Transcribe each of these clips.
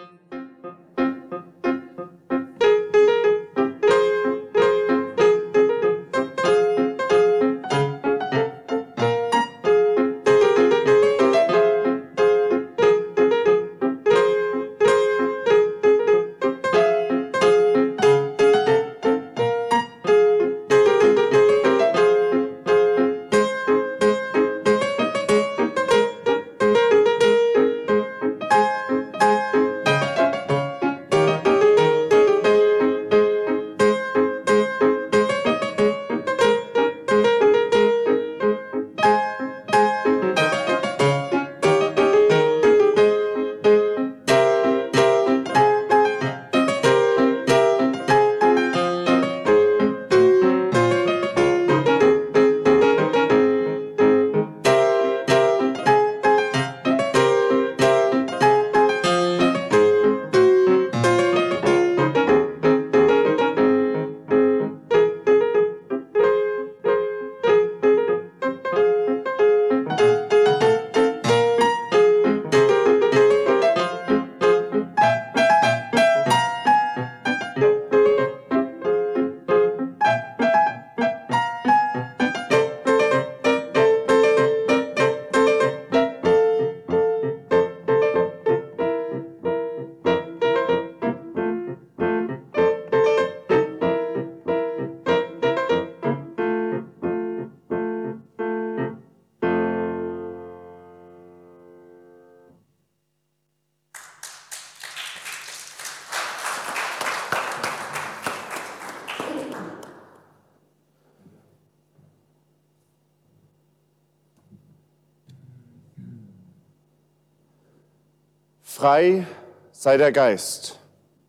Frei sei der Geist.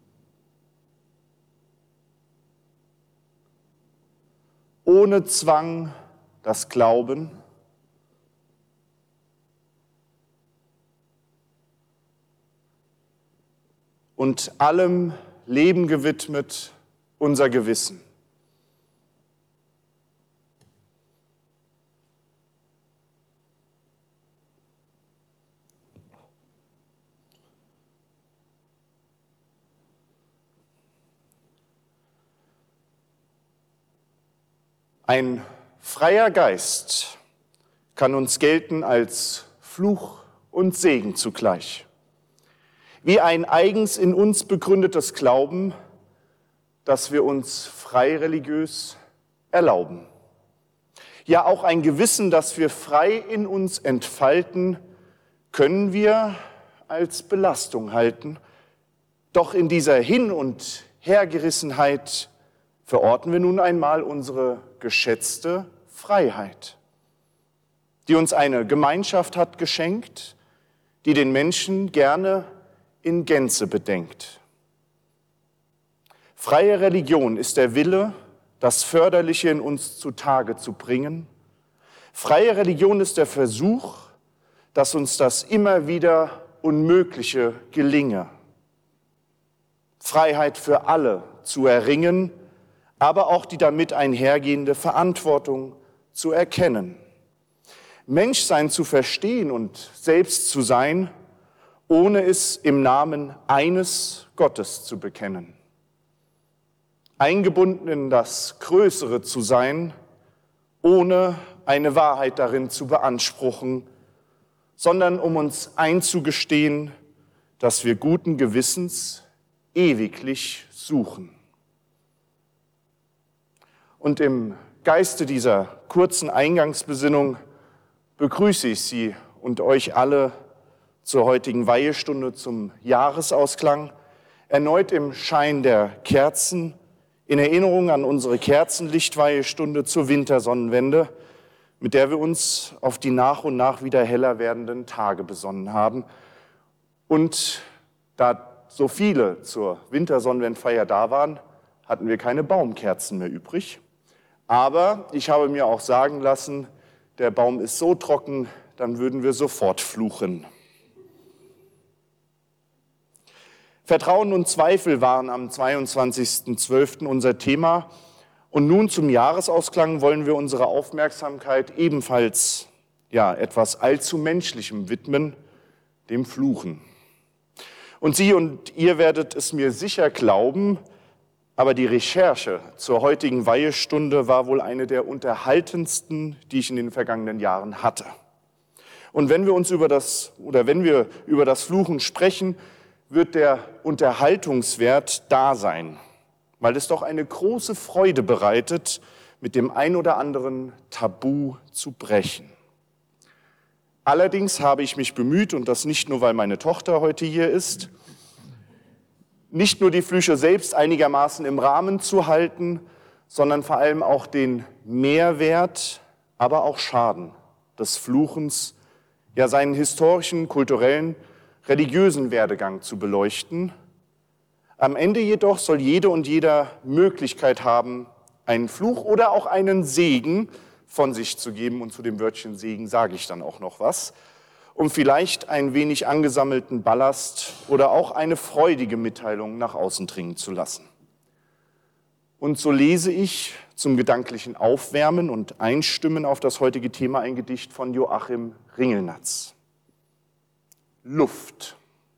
Ohne Zwang das Glauben. Und allem Leben gewidmet unser Gewissen. Ein freier Geist kann uns gelten als Fluch und Segen zugleich. Wie ein eigens in uns begründetes Glauben, das wir uns frei religiös erlauben. Ja, auch ein Gewissen, das wir frei in uns entfalten, können wir als Belastung halten. Doch in dieser Hin- und Hergerissenheit verorten wir nun einmal unsere geschätzte Freiheit, die uns eine Gemeinschaft hat geschenkt, die den Menschen gerne in Gänze bedenkt. Freie Religion ist der Wille, das Förderliche in uns zutage zu bringen. Freie Religion ist der Versuch, dass uns das immer wieder Unmögliche gelinge. Freiheit für alle zu erringen, aber auch die damit einhergehende Verantwortung zu erkennen. Menschsein zu verstehen und selbst zu sein, ohne es im Namen eines Gottes zu bekennen. Eingebunden in das Größere zu sein, ohne eine Wahrheit darin zu beanspruchen, sondern um uns einzugestehen, dass wir guten Gewissens ewiglich suchen. Und im Geiste dieser kurzen Eingangsbesinnung begrüße ich Sie und euch alle zur heutigen Weihestunde zum Jahresausklang, erneut im Schein der Kerzen, in Erinnerung an unsere Kerzenlichtweihestunde zur Wintersonnenwende, mit der wir uns auf die nach und nach wieder heller werdenden Tage besonnen haben. Und da so viele zur Wintersonnenwendfeier da waren, hatten wir keine Baumkerzen mehr übrig. Aber ich habe mir auch sagen lassen, der Baum ist so trocken, dann würden wir sofort fluchen. Vertrauen und Zweifel waren am 22.12. unser Thema. Und nun zum Jahresausklang wollen wir unsere Aufmerksamkeit ebenfalls etwas allzu Menschlichem widmen, dem Fluchen. Und Sie und ihr werdet es mir sicher glauben, aber die Recherche zur heutigen Weihestunde war wohl eine der unterhaltendsten, die ich in den vergangenen Jahren hatte. Und wenn wir über das Fluchen sprechen, wird der Unterhaltungswert da sein, weil es doch eine große Freude bereitet, mit dem ein oder anderen Tabu zu brechen. Allerdings habe ich mich bemüht, und das nicht nur, weil meine Tochter heute hier ist, nicht nur die Flüche selbst einigermaßen im Rahmen zu halten, sondern vor allem auch den Mehrwert, aber auch Schaden des Fluchens, ja seinen historischen, kulturellen, religiösen Werdegang zu beleuchten. Am Ende jedoch soll jede und jeder Möglichkeit haben, einen Fluch oder auch einen Segen von sich zu geben. Und zu dem Wörtchen Segen sage ich dann auch noch was, um vielleicht ein wenig angesammelten Ballast oder auch eine freudige Mitteilung nach außen dringen zu lassen. Und so lese ich zum gedanklichen Aufwärmen und Einstimmen auf das heutige Thema ein Gedicht von Joachim Ringelnatz. Luft.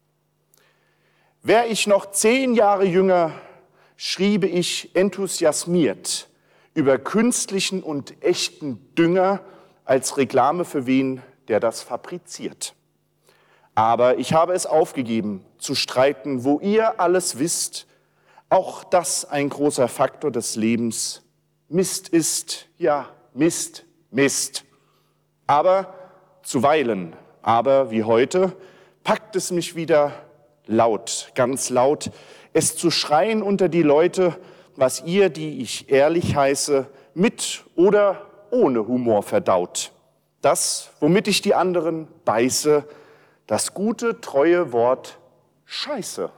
Wär ich noch 10 Jahre jünger, schriebe ich enthusiasmiert über künstlichen und echten Dünger als Reklame für wen, der das fabriziert. Aber ich habe es aufgegeben, zu streiten, wo ihr alles wisst, auch das ein großer Faktor des Lebens Mist ist, ja Mist, Mist. Aber zuweilen, aber wie heute, packt es mich wieder laut, ganz laut, es zu schreien unter die Leute, was ihr, die ich ehrlich heiße, mit oder ohne Humor verdaut. Das, womit ich die anderen beiße, das gute, treue Wort Scheiße.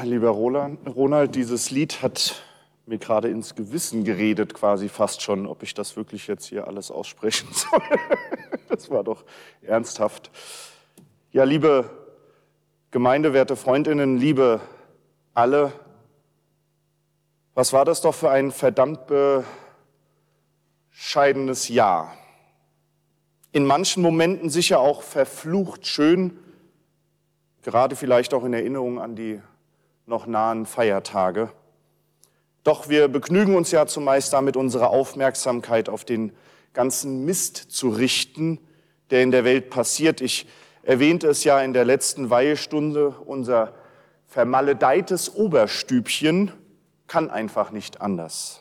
lieber Ronald, dieses Lied hat mir gerade ins Gewissen geredet, quasi fast schon, ob ich das wirklich jetzt hier alles aussprechen soll. Das war doch ernsthaft. Ja, liebe Gemeinde, werte Freundinnen, liebe alle, was war das doch für ein verdammt bescheidenes Jahr. In manchen Momenten sicher auch verflucht schön, gerade vielleicht auch in Erinnerung an die noch nahen Feiertage. Doch wir begnügen uns ja zumeist damit, unsere Aufmerksamkeit auf den ganzen Mist zu richten, der in der Welt passiert. Ich erwähnte es ja in der letzten Weihestunde, unser vermaledeites Oberstübchen kann einfach nicht anders.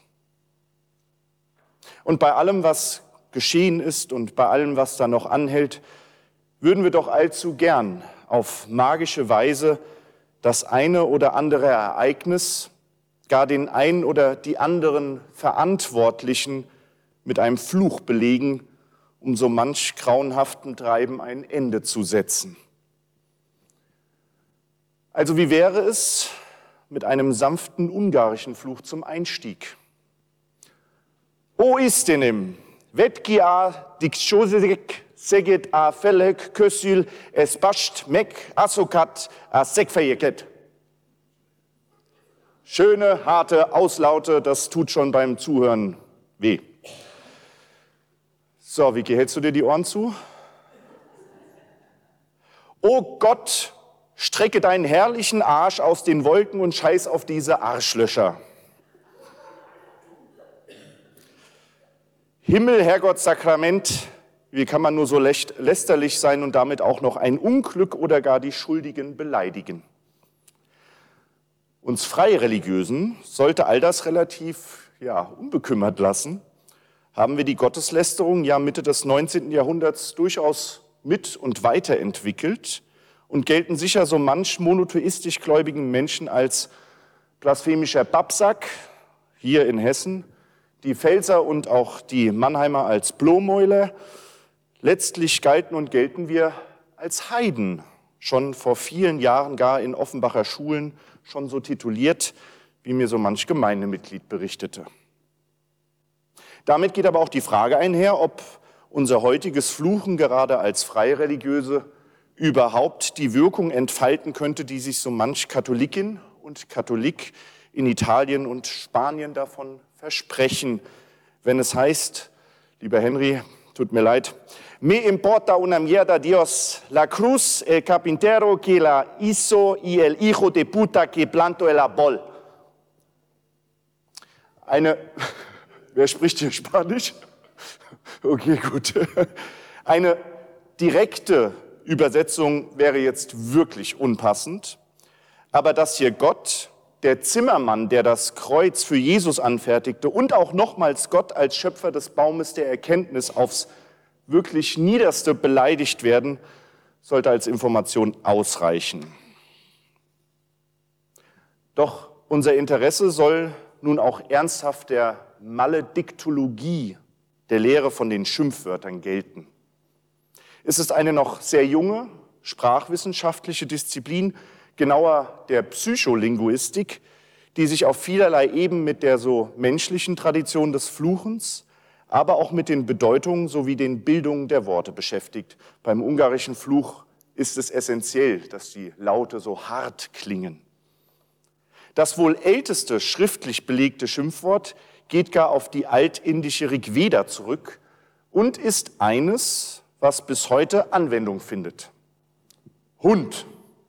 Und bei allem, was geschehen ist und bei allem, was da noch anhält, würden wir doch allzu gern auf magische Weise das eine oder andere Ereignis, gar den einen oder die anderen Verantwortlichen mit einem Fluch belegen, um so manch grauenhaften Treiben ein Ende zu setzen. Also wie wäre es mit einem sanften ungarischen Fluch zum Einstieg? O istenem, vetki a dikshosek seget a felek kösyl es basht mek asokat a sekfejeket. Schöne, harte Auslaute, das tut schon beim Zuhören weh. So, Vicky, hältst du dir die Ohren zu? O Gott, strecke deinen herrlichen Arsch aus den Wolken und scheiß auf diese Arschlöcher. Himmel, Herrgott, Sakrament, wie kann man nur so lästerlich sein und damit auch noch ein Unglück oder gar die Schuldigen beleidigen? Uns Freireligiösen sollte all das relativ unbekümmert lassen, haben wir die Gotteslästerung ja Mitte des 19. Jahrhunderts durchaus mit und weiterentwickelt und gelten sicher so manch monotheistisch gläubigen Menschen als blasphemischer Babsack hier in Hessen, die Pfälzer und auch die Mannheimer als Blomäuler. Letztlich galten und gelten wir als Heiden, schon vor vielen Jahren gar in Offenbacher Schulen schon so tituliert, wie mir so manch Gemeindemitglied berichtete. Damit geht aber auch die Frage einher, ob unser heutiges Fluchen gerade als Freireligiöse überhaupt die Wirkung entfalten könnte, die sich so manch Katholikin und Katholik in Italien und Spanien davon versprechen, wenn es heißt, lieber Henry, tut mir leid, me importa una mierda Dios, la cruz, el carpintero que la hizo y el hijo de puta que plantó el árbol. Wer spricht hier Spanisch? Okay, gut. Eine direkte Übersetzung wäre jetzt wirklich unpassend, aber dass hier Gott, der Zimmermann, der das Kreuz für Jesus anfertigte und auch nochmals Gott als Schöpfer des Baumes der Erkenntnis aufs wirklich Niederste beleidigt werden, sollte als Information ausreichen. Doch unser Interesse soll nun auch ernsthaft der Malediktologie, der Lehre von den Schimpfwörtern, gelten. Es ist eine noch sehr junge sprachwissenschaftliche Disziplin, genauer der Psycholinguistik, die sich auf vielerlei Ebenen mit der so menschlichen Tradition des Fluchens, aber auch mit den Bedeutungen sowie den Bildungen der Worte beschäftigt. Beim ungarischen Fluch ist es essentiell, dass die Laute so hart klingen. Das wohl älteste schriftlich belegte Schimpfwort geht gar auf die altindische Rigveda zurück und ist eines, was bis heute Anwendung findet. Hund.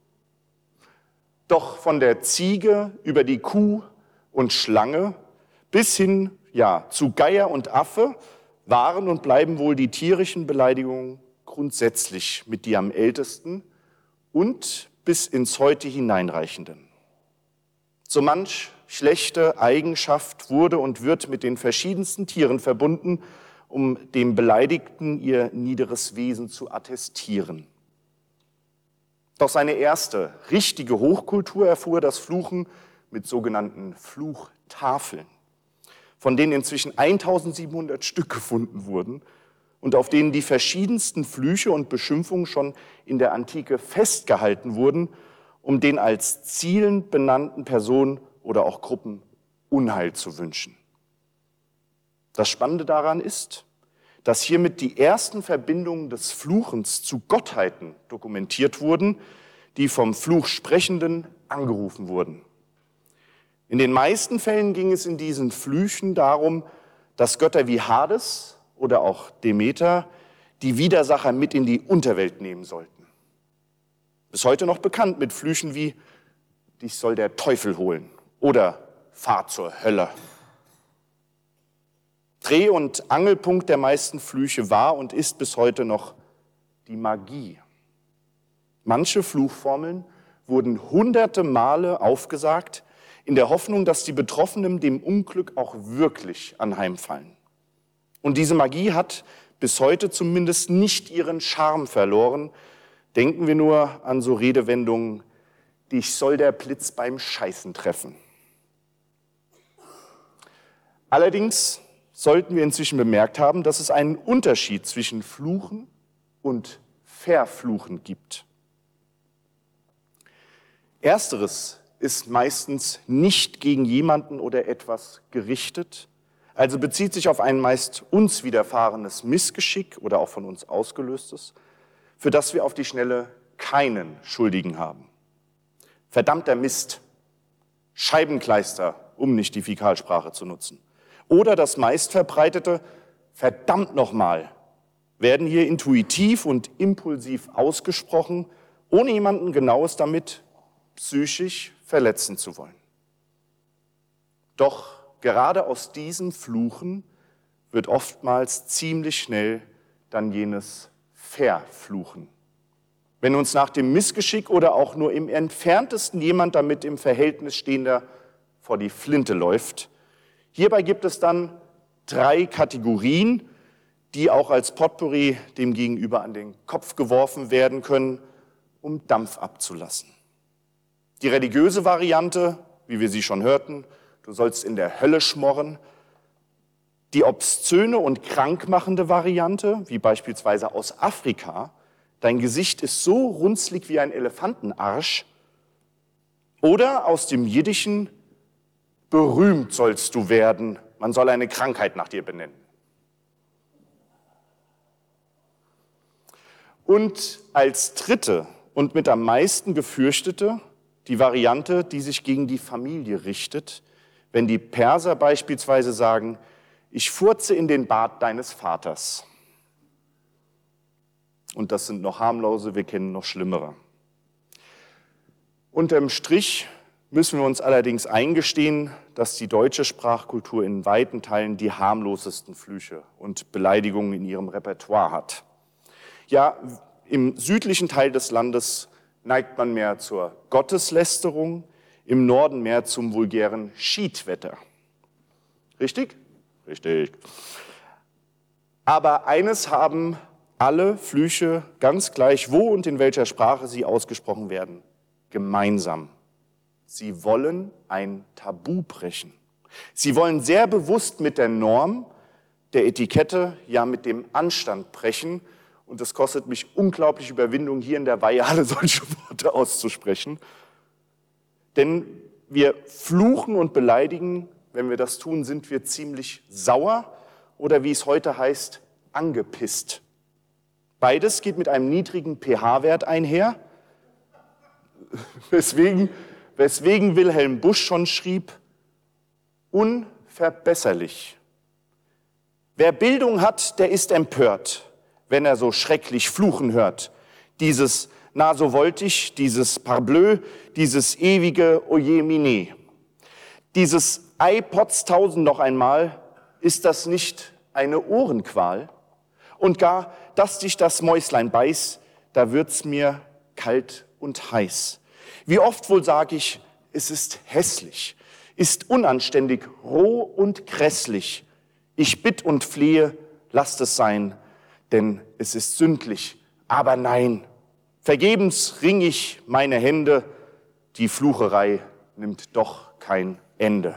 Doch von der Ziege über die Kuh und Schlange bis hin zu Geier und Affe waren und bleiben wohl die tierischen Beleidigungen grundsätzlich mit die am ältesten und bis ins Heute hineinreichenden. So manch schlechte Eigenschaft wurde und wird mit den verschiedensten Tieren verbunden, um dem Beleidigten ihr niederes Wesen zu attestieren. Doch seine erste richtige Hochkultur erfuhr das Fluchen mit sogenannten Fluchtafeln, von denen inzwischen 1700 Stück gefunden wurden und auf denen die verschiedensten Flüche und Beschimpfungen schon in der Antike festgehalten wurden um den als zielend benannten Personen oder auch Gruppen Unheil zu wünschen. Das Spannende daran ist, dass hiermit die ersten Verbindungen des Fluchens zu Gottheiten dokumentiert wurden, die vom Fluchsprechenden angerufen wurden. In den meisten Fällen ging es in diesen Flüchen darum, dass Götter wie Hades oder auch Demeter die Widersacher mit in die Unterwelt nehmen sollten. Bis heute noch bekannt mit Flüchen wie „Dich soll der Teufel holen" oder „Fahr zur Hölle". Dreh- und Angelpunkt der meisten Flüche war und ist bis heute noch die Magie. Manche Fluchformeln wurden hunderte Male aufgesagt, in der Hoffnung, dass die Betroffenen dem Unglück auch wirklich anheimfallen. Und diese Magie hat bis heute zumindest nicht ihren Charme verloren. Denken wir nur an so Redewendungen: „Dich soll der Blitz beim Scheißen treffen". Allerdings sollten wir inzwischen bemerkt haben, dass es einen Unterschied zwischen Fluchen und Verfluchen gibt. Ersteres ist meistens nicht gegen jemanden oder etwas gerichtet, also bezieht sich auf ein meist uns widerfahrenes Missgeschick oder auch von uns ausgelöstes, für das wir auf die Schnelle keinen Schuldigen haben. Verdammter Mist, Scheibenkleister, um nicht die Fäkalsprache zu nutzen. Oder das meistverbreitete verdammt nochmal werden hier intuitiv und impulsiv ausgesprochen, ohne jemanden Genaues damit psychisch verletzen zu wollen. Doch gerade aus diesen Fluchen wird oftmals ziemlich schnell dann jenes Verfluchen. Wenn uns nach dem Missgeschick oder auch nur im entferntesten jemand damit im Verhältnis Stehender vor die Flinte läuft. Hierbei gibt es dann 3 Kategorien, die auch als Potpourri dem Gegenüber an den Kopf geworfen werden können, um Dampf abzulassen. Die religiöse Variante, wie wir sie schon hörten: „Du sollst in der Hölle schmorren". Die obszöne und krankmachende Variante, wie beispielsweise aus Afrika: „Dein Gesicht ist so runzlig wie ein Elefantenarsch". Oder aus dem Jiddischen: „Berühmt sollst du werden, man soll eine Krankheit nach dir benennen". Und als dritte und mit am meisten gefürchtete die Variante, die sich gegen die Familie richtet, wenn die Perser beispielsweise sagen: „Ich furze in den Bart deines Vaters". Und das sind noch harmlose, wir kennen noch schlimmere. Unterm Strich müssen wir uns allerdings eingestehen, dass die deutsche Sprachkultur in weiten Teilen die harmlosesten Flüche und Beleidigungen in ihrem Repertoire hat. Ja, im südlichen Teil des Landes neigt man mehr zur Gotteslästerung, im Norden mehr zum vulgären Schiedwetter. Richtig? Richtig. Aber eines haben alle Flüche, ganz gleich wo und in welcher Sprache sie ausgesprochen werden, gemeinsam: Sie wollen ein Tabu brechen. Sie wollen sehr bewusst mit der Norm, der Etikette, ja mit dem Anstand brechen. Und es kostet mich unglaublich Überwindung, hier in der Weihe alle solche Worte auszusprechen. Denn wir fluchen und beleidigen, wenn wir das tun, sind wir ziemlich sauer oder, wie es heute heißt, angepisst. Beides geht mit einem niedrigen pH-Wert einher, weswegen Wilhelm Busch schon schrieb: unverbesserlich. Wer Bildung hat, der ist empört, wenn er so schrecklich fluchen hört. Dieses „Na, so wollt ich", dieses Parbleu, dieses ewige Oje mine. Dieses „Ei Potztausend noch einmal", ist das nicht eine Ohrenqual? Und gar, dass dich das Mäuslein beiß, da wird's mir kalt und heiß. Wie oft wohl sag ich, es ist hässlich, ist unanständig, roh und grässlich. Ich bitt und flehe, lasst es sein, denn es ist sündlich. Aber nein, vergebens ring ich meine Hände, die Flucherei nimmt doch kein Ende.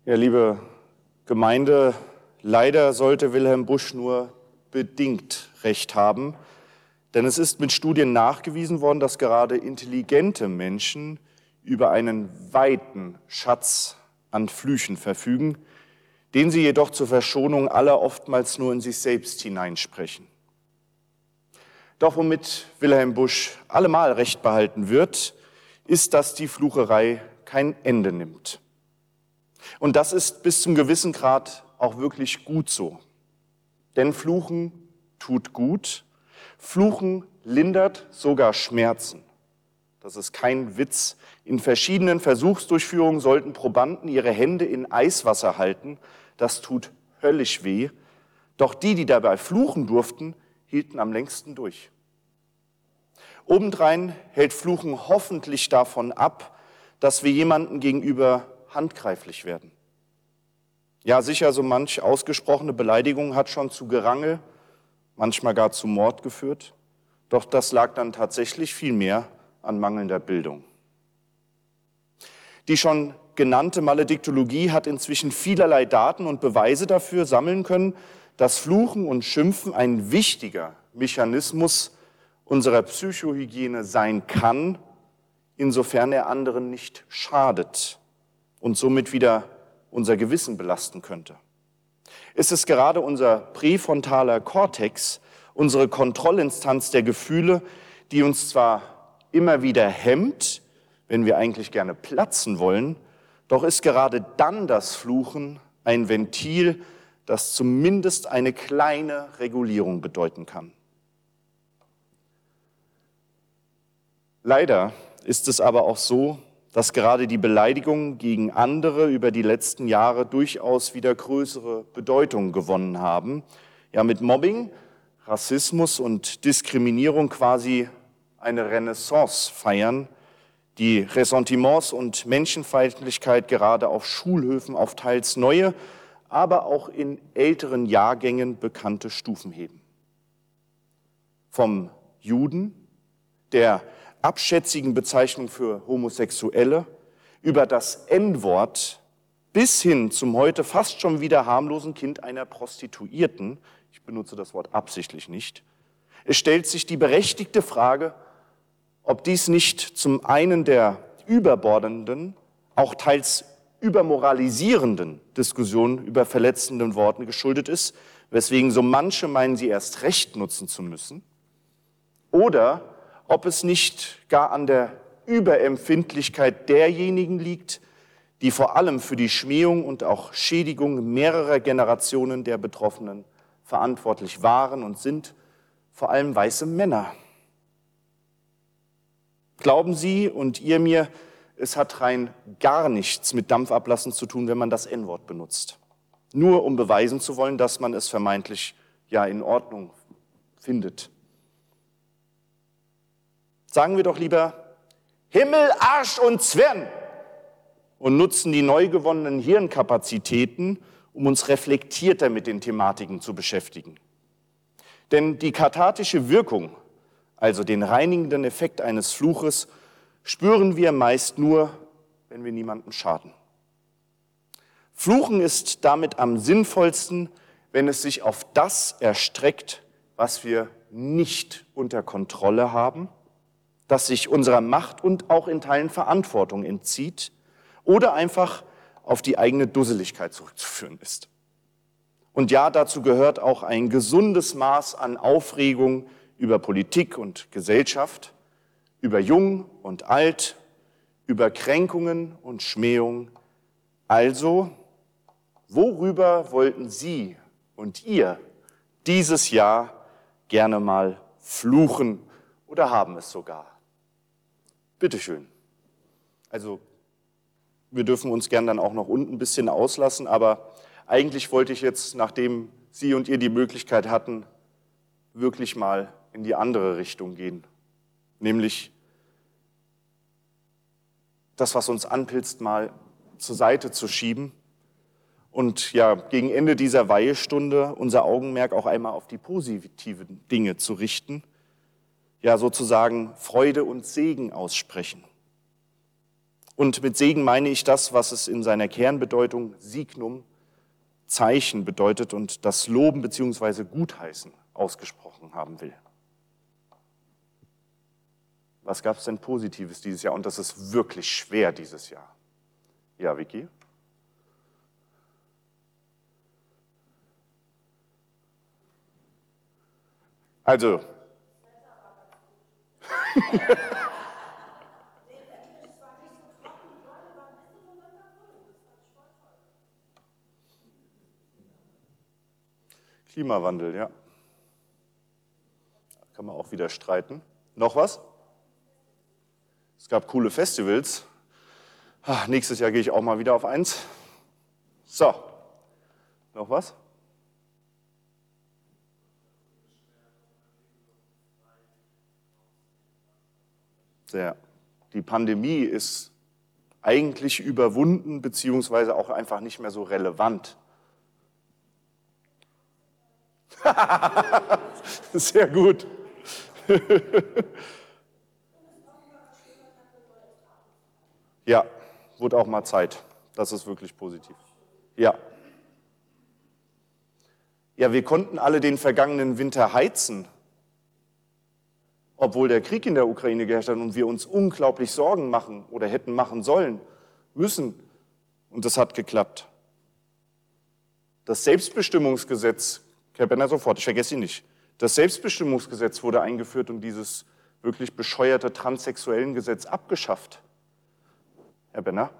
Ja, liebe Gemeinde, leider sollte Wilhelm Busch nur bedingt recht haben, denn es ist mit Studien nachgewiesen worden, dass gerade intelligente Menschen über einen weiten Schatz an Flüchen verfügen, den sie jedoch zur Verschonung aller oftmals nur in sich selbst hineinsprechen. Doch womit Wilhelm Busch allemal recht behalten wird, ist, dass die Flucherei kein Ende nimmt. Und das ist bis zum gewissen Grad auch wirklich gut so. Denn Fluchen tut gut, Fluchen lindert sogar Schmerzen. Das ist kein Witz. In verschiedenen Versuchsdurchführungen sollten Probanden ihre Hände in Eiswasser halten. Das tut höllisch weh. Doch die dabei fluchen durften, hielten am längsten durch. Obendrein hält Fluchen hoffentlich davon ab, dass wir jemandem gegenüber handgreiflich werden. Ja, sicher, so manch ausgesprochene Beleidigung hat schon zu Gerangel, manchmal gar zu Mord geführt. Doch das lag dann tatsächlich viel mehr an mangelnder Bildung. Die schon genannte Malediktologie hat inzwischen vielerlei Daten und Beweise dafür sammeln können, dass Fluchen und Schimpfen ein wichtiger Mechanismus unserer Psychohygiene sein kann, insofern er anderen nicht schadet und somit wieder unser Gewissen belasten könnte. Es ist gerade unser präfrontaler Kortex, unsere Kontrollinstanz der Gefühle, die uns zwar immer wieder hemmt, wenn wir eigentlich gerne platzen wollen, doch ist gerade dann das Fluchen ein Ventil, das zumindest eine kleine Regulierung bedeuten kann. Leider ist es aber auch so, dass gerade die Beleidigungen gegen andere über die letzten Jahre durchaus wieder größere Bedeutung gewonnen haben. Ja, mit Mobbing, Rassismus und Diskriminierung quasi eine Renaissance feiern, die Ressentiments und Menschenfeindlichkeit gerade auf Schulhöfen auf teils neue, aber auch in älteren Jahrgängen bekannte Stufen heben. Vom Juden, der abschätzigen Bezeichnung für Homosexuelle, über das N-Wort bis hin zum heute fast schon wieder harmlosen Kind einer Prostituierten, ich benutze das Wort absichtlich nicht, es stellt sich die berechtigte Frage, ob dies nicht zum einen der überbordenden, auch teils übermoralisierenden Diskussion über verletzenden Worten geschuldet ist, weswegen so manche meinen, sie erst recht nutzen zu müssen, oder ob es nicht gar an der Überempfindlichkeit derjenigen liegt, die vor allem für die Schmähung und auch Schädigung mehrerer Generationen der Betroffenen verantwortlich waren und sind, vor allem weiße Männer. Glauben Sie und ihr mir, es hat rein gar nichts mit Dampfablassen zu tun, wenn man das N-Wort benutzt. Nur um beweisen zu wollen, dass man es vermeintlich ja in Ordnung findet. Sagen wir doch lieber Himmel, Arsch und Zwirn und nutzen die neu gewonnenen Hirnkapazitäten, um uns reflektierter mit den Thematiken zu beschäftigen. Denn die kathartische Wirkung, also den reinigenden Effekt eines Fluches, spüren wir meist nur, wenn wir niemandem schaden. Fluchen ist damit am sinnvollsten, wenn es sich auf das erstreckt, was wir nicht unter Kontrolle haben, das sich unserer Macht und auch in Teilen Verantwortung entzieht oder einfach auf die eigene Dusseligkeit zurückzuführen ist. Und ja, dazu gehört auch ein gesundes Maß an Aufregung über Politik und Gesellschaft, über Jung und Alt, über Kränkungen und Schmähung. Also, worüber wollten Sie und ihr dieses Jahr gerne mal fluchen oder haben es sogar? Bitteschön. Also, wir dürfen uns gern dann auch noch unten ein bisschen auslassen, aber eigentlich wollte ich jetzt, nachdem Sie und ihr die Möglichkeit hatten, wirklich mal in die andere Richtung gehen. Nämlich das, was uns anpilzt, mal zur Seite zu schieben und ja, gegen Ende dieser Weihestunde unser Augenmerk auch einmal auf die positiven Dinge zu richten, ja sozusagen Freude und Segen aussprechen. Und mit Segen meine ich das, was es in seiner Kernbedeutung Signum, Zeichen bedeutet und das Loben bzw. Gutheißen ausgesprochen haben will. Was gab es denn Positives dieses Jahr? Und das ist wirklich schwer dieses Jahr. Ja, Vicky? Also. Klimawandel, ja. Da kann man auch wieder streiten. Noch was? Es gab coole Festivals. Nächstes Jahr gehe ich auch mal wieder auf eins. So. Noch was? Die Pandemie ist eigentlich überwunden, beziehungsweise auch einfach nicht mehr so relevant. Sehr gut. Ja, wurde auch mal Zeit. Das ist wirklich positiv. Ja. Ja, wir konnten alle den vergangenen Winter heizen, obwohl der Krieg in der Ukraine geherrscht hat und wir uns unglaublich Sorgen machen oder hätten machen sollen, müssen. Und das hat geklappt. Das Selbstbestimmungsgesetz, Herr Benner sofort, ich vergesse ihn nicht, das Selbstbestimmungsgesetz wurde eingeführt und dieses wirklich bescheuerte transsexuellen Gesetz abgeschafft. Herr Benner?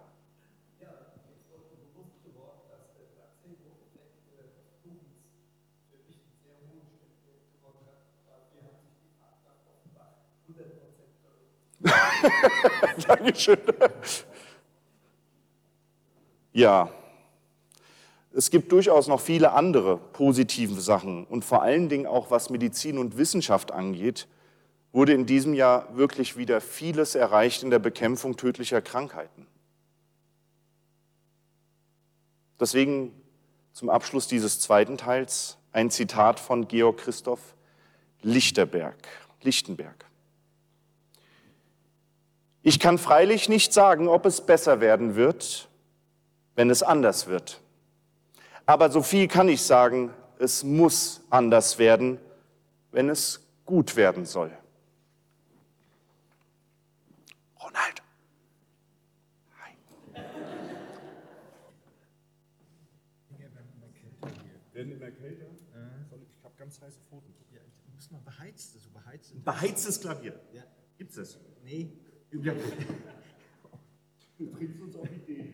Dankeschön. Ja, es gibt durchaus noch viele andere positive Sachen und vor allen Dingen auch, was Medizin und Wissenschaft angeht, wurde in diesem Jahr wirklich wieder vieles erreicht in der Bekämpfung tödlicher Krankheiten. Deswegen zum Abschluss dieses zweiten Teils ein Zitat von Georg Christoph Lichtenberg. Ich kann freilich nicht sagen, ob es besser werden wird, wenn es anders wird. Aber so viel kann ich sagen, es muss anders werden, wenn es gut werden soll. Ronald. Hi. Werden immer kälter? Ich habe ganz heiße Pfoten. Ja, ich muss mal beheiztes. Beheiztes Klavier. Ja. Gibt's das? Nee. Ja. Du bringst uns auf Ideen.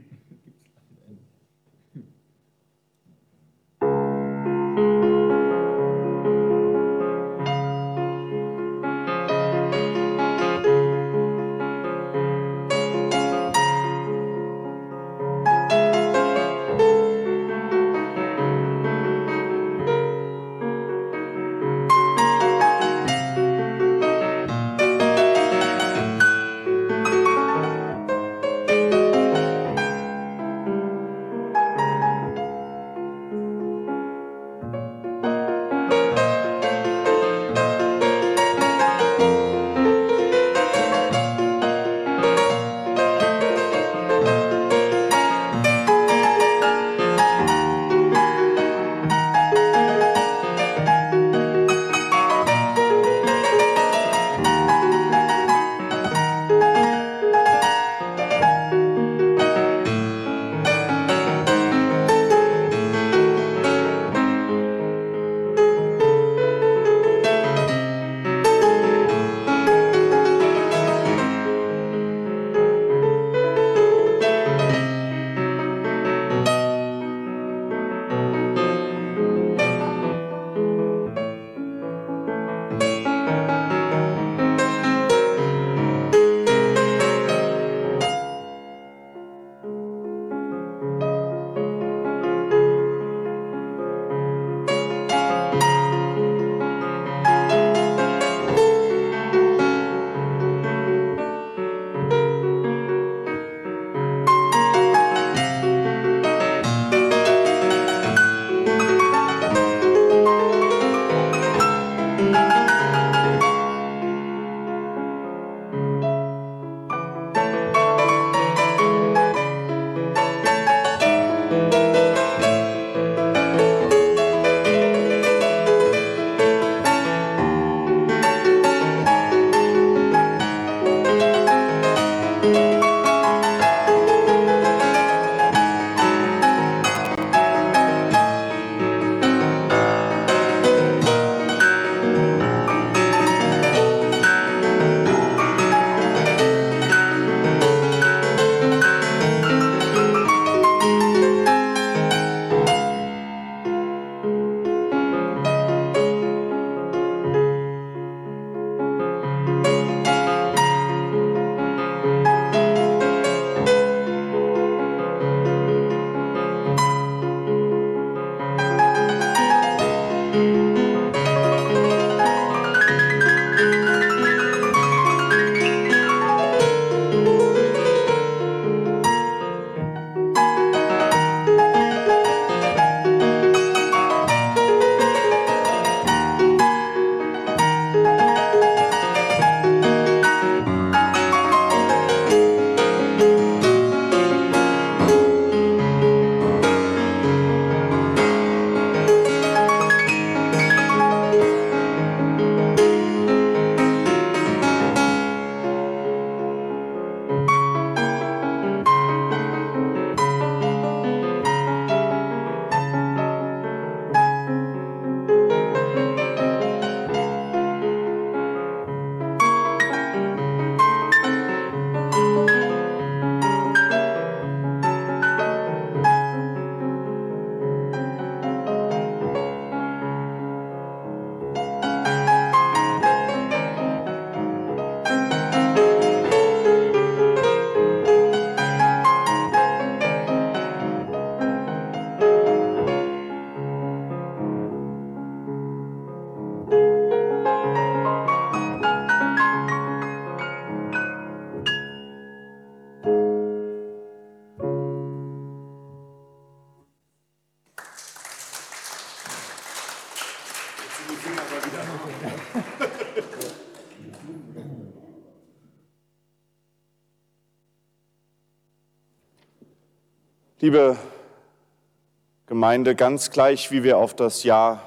Liebe Gemeinde, ganz gleich, wie wir auf das Jahr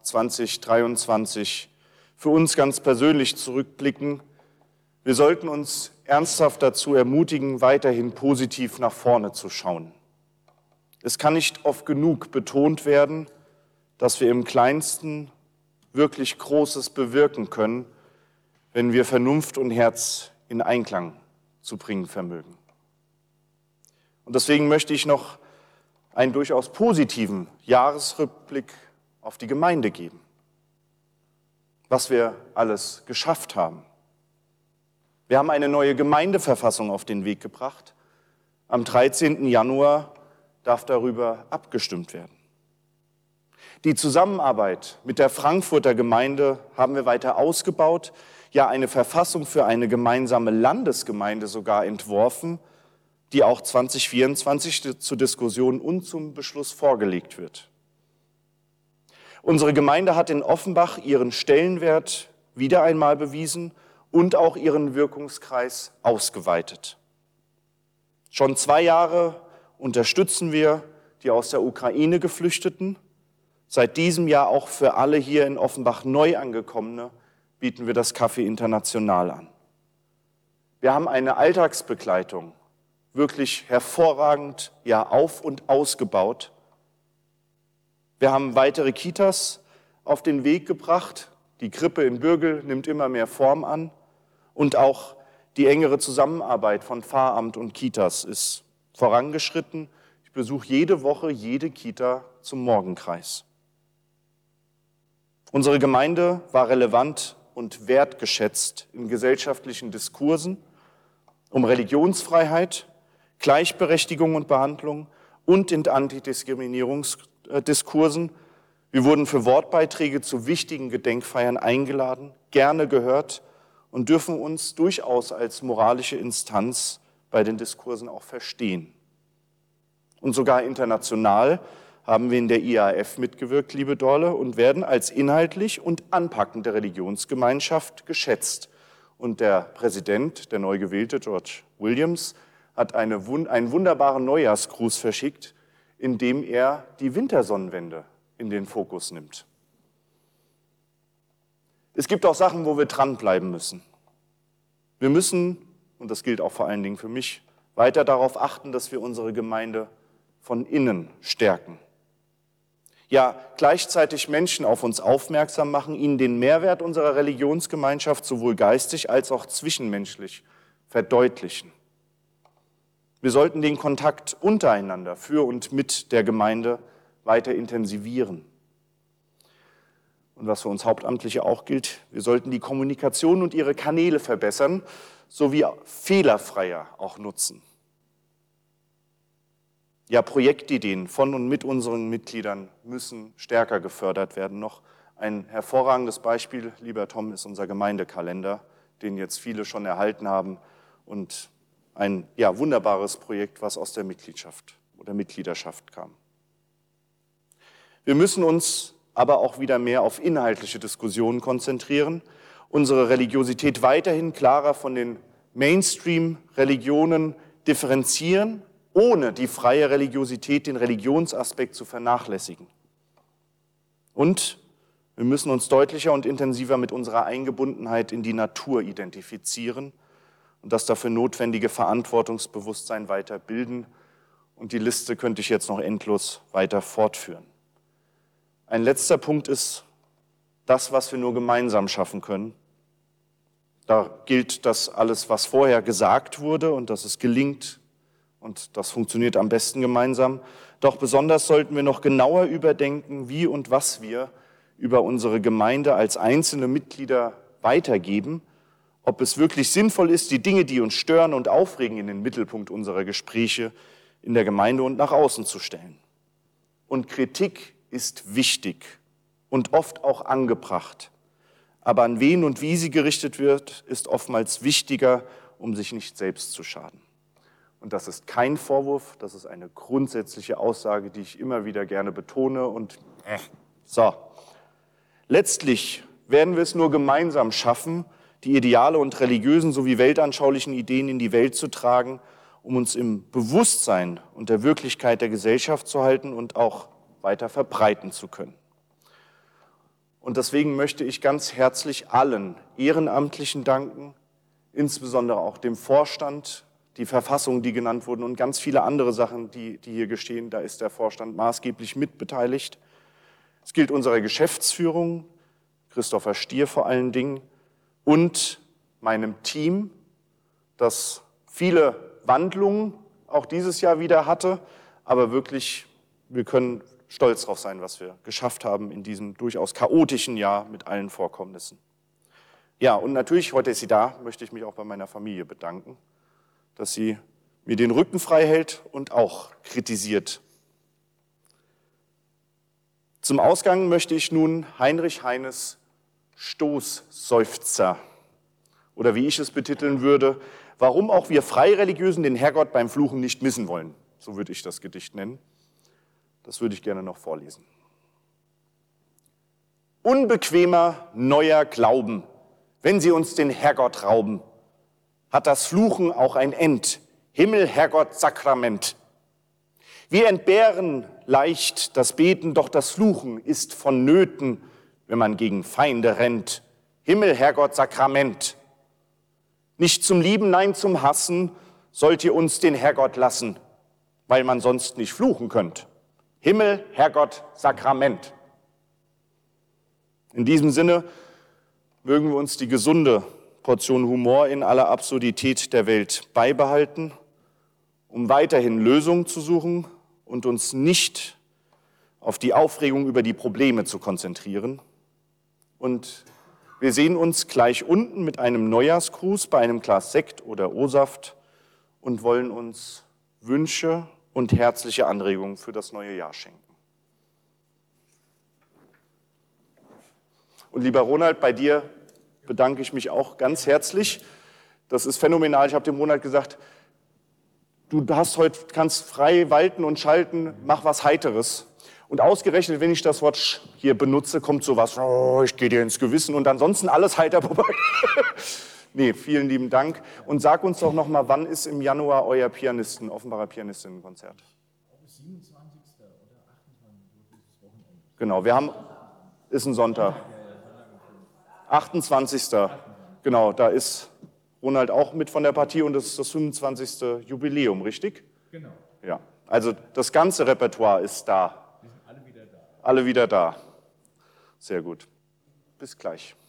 2023 für uns ganz persönlich zurückblicken, wir sollten uns ernsthaft dazu ermutigen, weiterhin positiv nach vorne zu schauen. Es kann nicht oft genug betont werden, dass wir im Kleinsten wirklich Großes bewirken können, wenn wir Vernunft und Herz in Einklang zu bringen vermögen. Und deswegen möchte ich noch einen durchaus positiven Jahresrückblick auf die Gemeinde geben, was wir alles geschafft haben. Wir haben eine neue Gemeindeverfassung auf den Weg gebracht. Am 13. Januar darf darüber abgestimmt werden. Die Zusammenarbeit mit der Frankfurter Gemeinde haben wir weiter ausgebaut, ja eine Verfassung für eine gemeinsame Landesgemeinde sogar entworfen, die auch 2024 zur Diskussion und zum Beschluss vorgelegt wird. Unsere Gemeinde hat in Offenbach ihren Stellenwert wieder einmal bewiesen und auch ihren Wirkungskreis ausgeweitet. Schon 2 Jahre unterstützen wir die aus der Ukraine Geflüchteten. Seit diesem Jahr auch für alle hier in Offenbach Neuangekommene bieten wir das Café International an. Wir haben eine Alltagsbegleitung wirklich hervorragend, ja auf- und ausgebaut. Wir haben weitere Kitas auf den Weg gebracht. Die Krippe in Bürgel nimmt immer mehr Form an. Und auch die engere Zusammenarbeit von Pfarramt und Kitas ist vorangeschritten. Ich besuche jede Woche jede Kita zum Morgenkreis. Unsere Gemeinde war relevant und wertgeschätzt in gesellschaftlichen Diskursen um Religionsfreiheit, Gleichberechtigung und Behandlung und in Antidiskriminierungsdiskursen. Wir wurden für Wortbeiträge zu wichtigen Gedenkfeiern eingeladen, gerne gehört und dürfen uns durchaus als moralische Instanz bei den Diskursen auch verstehen. Und sogar international haben wir in der IAF mitgewirkt, liebe Dorle, und werden als inhaltlich und anpackende Religionsgemeinschaft geschätzt. Und der Präsident, der neu gewählte George Williams, hat einen wunderbaren Neujahrsgruß verschickt, in dem er die Wintersonnenwende in den Fokus nimmt. Es gibt auch Sachen, wo wir dranbleiben müssen. Wir müssen, und das gilt auch vor allen Dingen für mich, weiter darauf achten, dass wir unsere Gemeinde von innen stärken. Ja, gleichzeitig Menschen auf uns aufmerksam machen, ihnen den Mehrwert unserer Religionsgemeinschaft sowohl geistig als auch zwischenmenschlich verdeutlichen. Wir sollten den Kontakt untereinander für und mit der Gemeinde weiter intensivieren. Und was für uns Hauptamtliche auch gilt, wir sollten die Kommunikation und ihre Kanäle verbessern, sowie fehlerfreier auch nutzen. Ja, Projektideen von und mit unseren Mitgliedern müssen stärker gefördert werden. Noch ein hervorragendes Beispiel, lieber Tom, ist unser Gemeindekalender, den jetzt viele schon erhalten haben und ein wunderbares Projekt, was aus der Mitgliedschaft oder Mitgliederschaft kam. Wir müssen uns aber auch wieder mehr auf inhaltliche Diskussionen konzentrieren, unsere Religiosität weiterhin klarer von den Mainstream-Religionen differenzieren, ohne die freie Religiosität, den Religionsaspekt zu vernachlässigen. Und wir müssen uns deutlicher und intensiver mit unserer Eingebundenheit in die Natur identifizieren und das dafür notwendige Verantwortungsbewusstsein weiter bilden. Und die Liste könnte ich jetzt noch endlos weiter fortführen. Ein letzter Punkt ist das, was wir nur gemeinsam schaffen können. Da gilt das alles, was vorher gesagt wurde und dass es gelingt und das funktioniert am besten gemeinsam. Doch besonders sollten wir noch genauer überdenken, wie und was wir über unsere Gemeinde als einzelne Mitglieder weitergeben, ob es wirklich sinnvoll ist, die Dinge, die uns stören und aufregen, in den Mittelpunkt unserer Gespräche in der Gemeinde und nach außen zu stellen. Und Kritik ist wichtig und oft auch angebracht. Aber an wen und wie sie gerichtet wird, ist oftmals wichtiger, um sich nicht selbst zu schaden. Und das ist kein Vorwurf, das ist eine grundsätzliche Aussage, die ich immer wieder gerne betone. Und so, letztlich werden wir es nur gemeinsam schaffen, die Ideale und religiösen sowie weltanschaulichen Ideen in die Welt zu tragen, um uns im Bewusstsein und der Wirklichkeit der Gesellschaft zu halten und auch weiter verbreiten zu können. Und deswegen möchte ich ganz herzlich allen Ehrenamtlichen danken, insbesondere auch dem Vorstand, die Verfassung, die genannt wurden und ganz viele andere Sachen, die hier geschehen. Da ist der Vorstand maßgeblich mitbeteiligt. Es gilt unserer Geschäftsführung, Christopher Stier vor allen Dingen, und meinem Team, das viele Wandlungen auch dieses Jahr wieder hatte, aber wirklich, wir können stolz darauf sein, was wir geschafft haben in diesem durchaus chaotischen Jahr mit allen Vorkommnissen. Ja, und natürlich, heute ist sie da, möchte ich mich auch bei meiner Familie bedanken, dass sie mir den Rücken frei hält und auch kritisiert. Zum Ausgang möchte ich nun Heinrich Heines Stoßseufzer, oder wie ich es betiteln würde, warum auch wir Freireligiösen den Herrgott beim Fluchen nicht missen wollen. So würde ich das Gedicht nennen. Das würde ich gerne noch vorlesen. Unbequemer neuer Glauben, wenn sie uns den Herrgott rauben, hat das Fluchen auch ein End, Himmel, Herrgott, Sakrament. Wir entbehren leicht das Beten, doch das Fluchen ist vonnöten, wenn man gegen Feinde rennt. Himmel, Herrgott, Sakrament. Nicht zum Lieben, nein zum Hassen sollt ihr uns den Herrgott lassen, weil man sonst nicht fluchen könnt. Himmel, Herrgott, Sakrament. In diesem Sinne mögen wir uns die gesunde Portion Humor in aller Absurdität der Welt beibehalten, um weiterhin Lösungen zu suchen und uns nicht auf die Aufregung über die Probleme zu konzentrieren. Und wir sehen uns gleich unten mit einem Neujahrsgruß bei einem Glas Sekt oder O-Saft und wollen uns Wünsche und herzliche Anregungen für das neue Jahr schenken. Und lieber Ronald, bei dir bedanke ich mich auch ganz herzlich. Das ist phänomenal. Ich habe dem Ronald gesagt, du kannst frei walten und schalten, mach was Heiteres. Und ausgerechnet, wenn ich das Wort hier benutze, kommt sowas, oh, ich gehe dir ins Gewissen und ansonsten alles heiter vorbei. Nee, vielen lieben Dank. Und sag uns doch noch mal, wann ist im Januar euer Offenbarer Pianistinnenkonzert? 27. oder 28. Wochenende. Genau, ist ein Sonntag. 28. Genau, da ist Ronald auch mit von der Partie und das ist das 25. Jubiläum, richtig? Genau. Ja, also das ganze Repertoire ist da. Wir sind alle wieder da. Alle wieder da. Sehr gut. Bis gleich.